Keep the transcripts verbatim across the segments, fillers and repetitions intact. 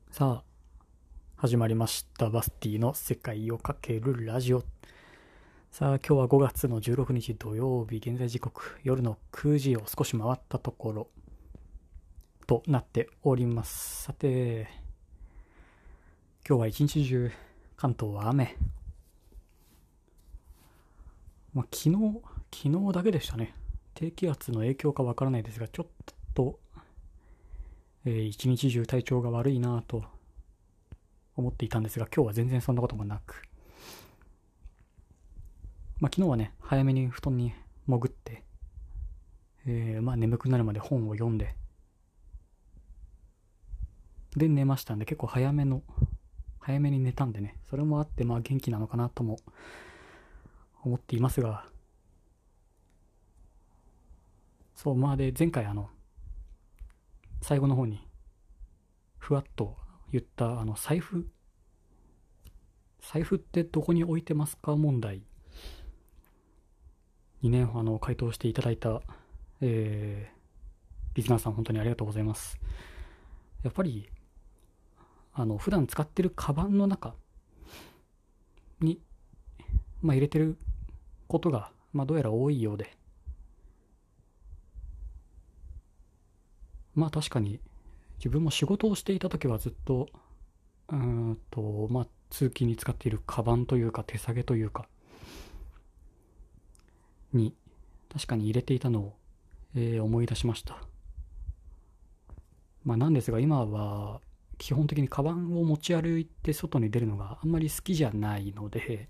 さあ、始まりました。バスティの世界をかけるラジオ。さあ、今日はごがつのじゅうろくにち土曜日、現在時刻夜のくじを少し回ったところとなっております。さて、今日は一日中関東は雨。まあ、昨日、昨日だけでしたね。低気圧の影響かわからないですが、ちょっと、えー一日中体調が悪いなぁと思っていたんですが、今日は全然そんなこともなく、まあ、昨日はね、早めに布団に潜って、えーまあ、眠くなるまで本を読んで、で寝ましたんで、結構早めの、早めに寝たんでね、それもあって、まあ元気なのかなとも思っていますが、そう、まあで、前回あの、最後の方に、ふわっと言った、あの、財布、財布ってどこに置いてますか問題にね、あの、回答していただいた、えー、リスナーさん本当にありがとうございます。やっぱり、あの、普段使ってるカバンの中に、まあ、入れてることが、まあ、どうやら多いようで、まあ、確かに、自分も仕事をしていた時はずっと、うーんと、まあ、通勤に使っているカバンというか、手提げというか、に、確かに入れていたのを、えー思い出しました。まあ、なんですが、今は、基本的にカバンを持ち歩いて外に出るのがあんまり好きじゃないので、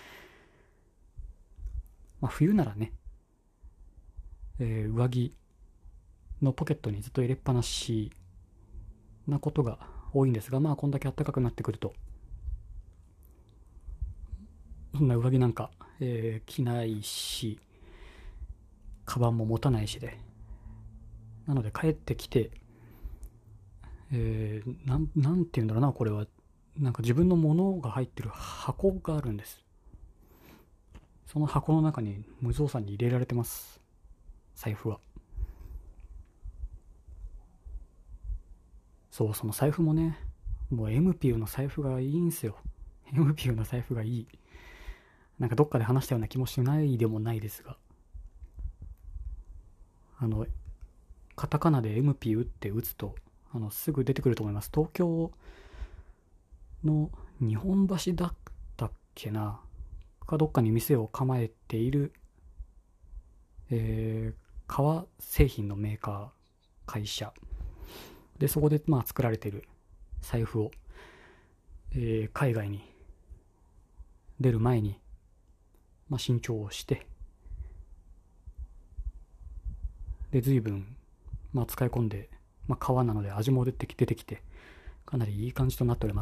まあ、冬ならね、えー上着のポケットにずっと入れっぱなしなことが多いんですが、まあこんだけ暖かくなってくると、そんな上着なんか、えー着ないし、カバンも持たないしで、なので帰ってきて、えー、なん、なんて言うんだろうな、これは。なんか自分のものが入ってる箱があるんです。その箱の中に無造作に入れられてます。財布は。そう、その財布もね、もう エムピュー の財布がいいんすよ。エムピュー の財布がいい。なんかどっかで話したような気もしないでもないですが、あの、カタカナで エムピュー って打つと、あの、すぐ出てくると思います。東京の日本橋だったっけな、かどっかに店を構えている、えー、革製品のメーカー、会社。で、そこで、まあ、作られている財布を、えー海外に出る前に、まあ、新調をして、で、随分、まあ、使い込んで、まあ、革なので味も出てき出てきて、かなりいい感じとなっております。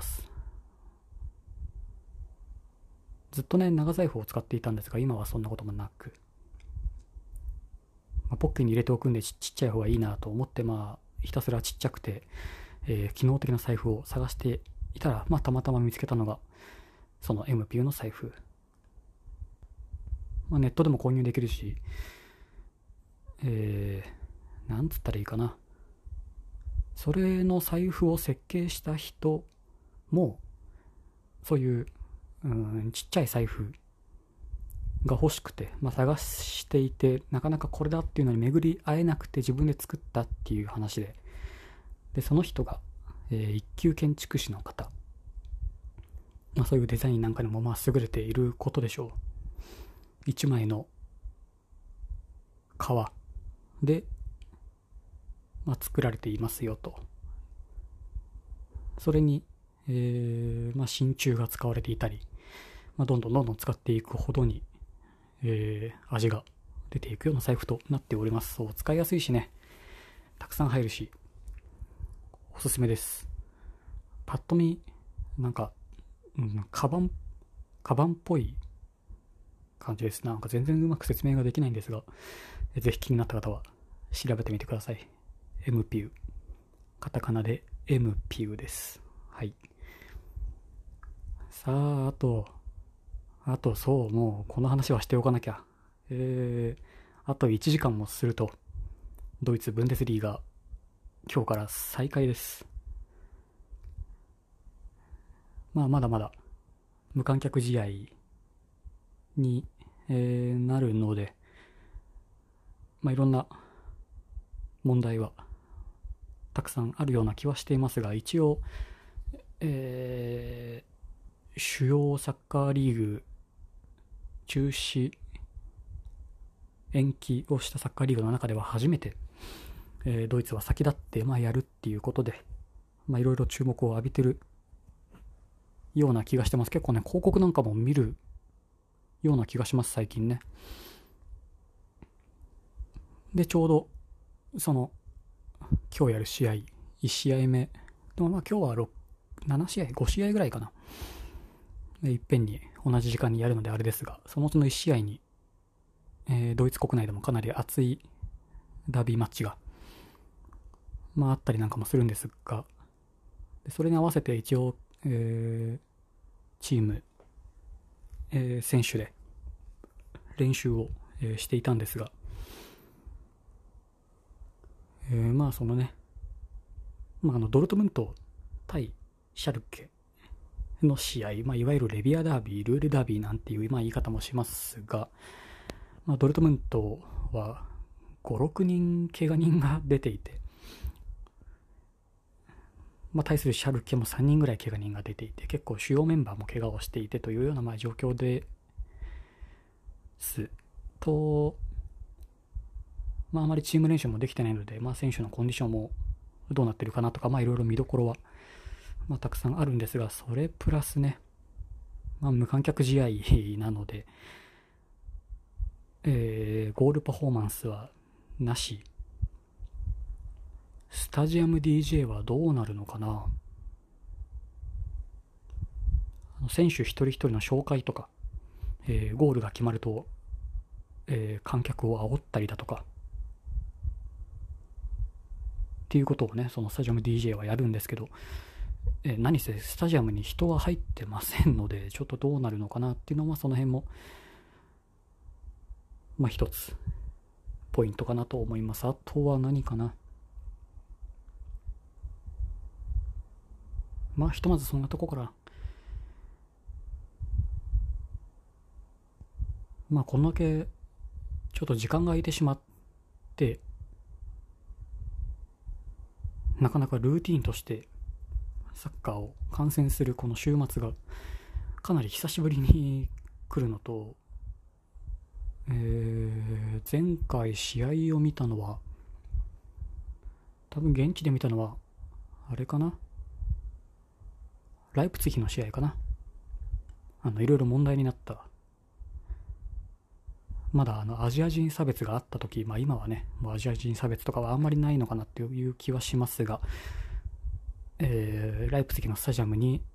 ずっとね、長財布を使っていたんですが、今はそんなこともなく、まあ、ポッケに入れておくんでちちっちゃい方がいいなと思って、まあ、ひたすらちっちゃくて、えー機能的な財布を探していたら、まあ、たまたま見つけたのが、その エムピュー の財布。まあ、ネットでも購入できるし、えー、なんつったらいいかな。それの財布を設計した人も、そういう、うん、ちっちゃい財布が欲しくて、まあ、探していて、なかなかこれだっていうのに巡り合えなくて自分で作ったっていう話で、で、その人が、えー一級建築士の方。まあ、そういうデザインなんかにもまあ優れていることでしょう。一枚の革で、まあ、作られていますよと。それに、えーまあ、真鍮が使われていたり、まあ、どんどんどんどん使っていくほどに、えー味が出ていくような財布となっております。そう、使いやすいしね、たくさん入るし、おすすめです。パッと見、なんか、うん、カバン、カバンっぽい感じです。なんか全然うまく説明ができないんですが、ぜひ気になった方は調べてみてください。エムピュー。カタカナで エムピュー です。はい。さあ、あと、あとそう、もうこの話はしておかなきゃ。えー、あといちじかんもすると、ドイツブンデスリーガ今日から再開です。 まあまだまだ無観客試合に、えーなるので、まあいろんな問題はたくさんあるような気はしていますが、一応、えー主要サッカーリーグ中止延期をしたサッカーリーグの中では初めて、えードイツは先立って、まあ、やるっていうことで、まあ、いろいろ注目を浴びてるような気がしてます。結構ね、広告なんかも見るような気がします、最近ね。で、ちょうど、その、今日やる試合、いち試合目、でもまあ今日はろく、なな試合、ご試合ぐらいかな。いっぺんに同じ時間にやるのであれですが、そのうちのいち試合に、えードイツ国内でもかなり熱いダービーマッチが、まああったりなんかもするんですが、それに合わせて一応、えーチーム、えー選手で練習を、えーしていたんですが、えーまあそのね、まあ、あのドルトムント対シャルケの試合、まあ、いわゆるレビアダービー、ルールダービーなんていう、まあ、言い方もしますが、まあ、ドルトムントはご、ろくにん怪我人が出ていて、まあ、対するシャルケもさんにんぐらい怪我人が出ていて、結構主要メンバーも怪我をしていてというようなまあ状況ですと、まあ、あまりチーム練習もできてないので、まあ、選手のコンディションもどうなってるかなとか、まあ、いろいろ見どころは、まあ、たくさんあるんですが、それプラスね、まあ、無観客試合なので、えーゴールパフォーマンスはなし。スタジアム ディージェー はどうなるのかな。選手一人一人の紹介とか、えーゴールが決まると、えー観客を煽ったりだとかっていうことをね、そのスタジアム ディージェー はやるんですけど、えー何せスタジアムに人は入ってませんので、ちょっとどうなるのかなっていうのは、その辺もまあ一つポイントかなと思います。あとは何かな。まあひとまずそんなとこから、まあこんだけちょっと時間が空いてしまって、なかなかルーティーンとしてサッカーを観戦するこの週末がかなり久しぶりに来るのと、えー前回試合を見たのは、多分現地で見たのはあれかな、ライプツィヒの試合かな。あのいろいろ問題になった、まだあのアジア人差別があった時、まあ今はねもうアジア人差別とかはあんまりないのかなっていう気はしますが、えーライプツィヒのスタジアムに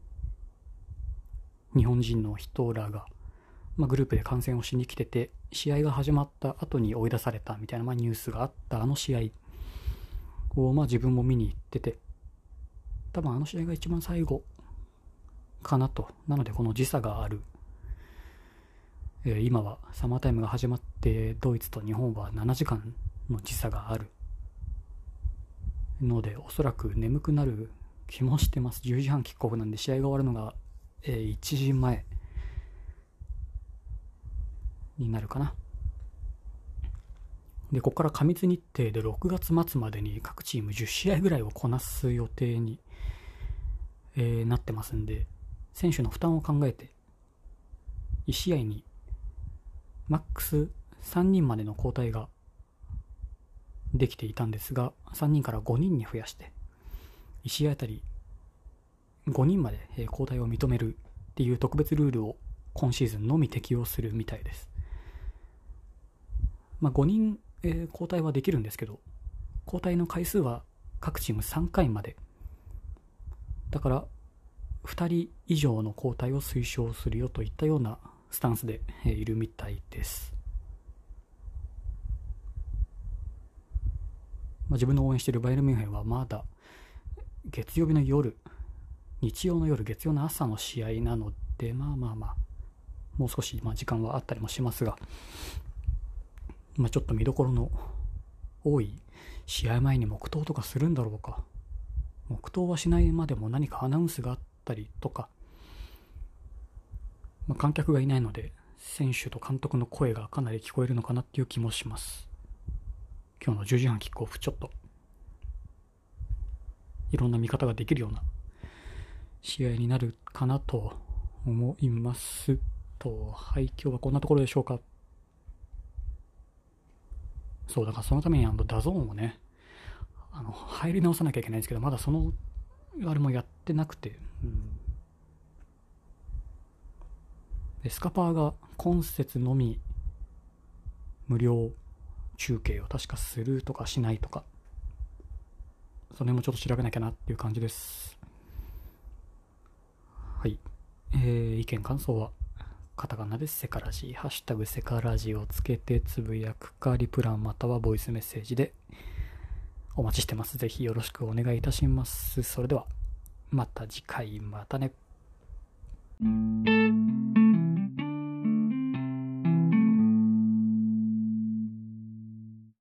日本人の人らが、まあ、グループで観戦をしに来てて、試合が始まった後に追い出されたみたいな、まあ、ニュースがあったあの試合を、まあ、自分も見に行ってて、多分あの試合が一番最後かなと。なのでこの時差がある、えー今はサマータイムが始まって、ドイツと日本はななじかんの時差があるので、おそらく眠くなる気もしてます。じゅうじはんキックオフなんで、試合が終わるのが、えーいちじまえになるかな。で、ここから過密日程でろくがつ末までに各チームじゅう試合ぐらいをこなす予定に、えーなってますんで、選手の負担を考えていち試合にマックスさんにんまでの交代ができていたんですが、さんにんからごにんに増やして、いち試合あたりごにんまで交代を認めるっていう特別ルールを今シーズンのみ適用するみたいです。まあ、ごにん、えー交代はできるんですけど、交代の回数は各チームさんかいまでだから、ふたり以上の交代を推奨するよといったようなスタンスでいるみたいです。まあ、自分の応援しているバイエルミュンヘンはまだ月曜日の夜、日曜の夜、月曜の朝の試合なので、まあまあまあ、もう少しまあ時間はあったりもしますが、まあ、ちょっと見どころの多い試合前に黙祷とかするんだろうか。黙祷はしないまでも何かアナウンスがあったりとか、 まあ、観客がいないので選手と監督の声がかなり聞こえるのかなっていう気もします。今日のじゅうじはんキックオフ、ちょっといろんな見方ができるような試合になるかなと思いますと。はい、今日はこんなところでしょうか。そうだからそのためにあのダゾーンをね、あの入り直さなきゃいけないんですけど、まだそのあれもやってなくて、うん、でスカパーが今節のみ無料中継を確かするとかしないとか、その辺もちょっと調べなきゃなっていう感じです。はい、えー、意見感想はカタカナでセカラジ、ハッシュタグセカラジをつけてつぶやくか、リプランまたはボイスメッセージでお待ちしてます。ぜひよろしくお願いいたします。それではまた次回、またね。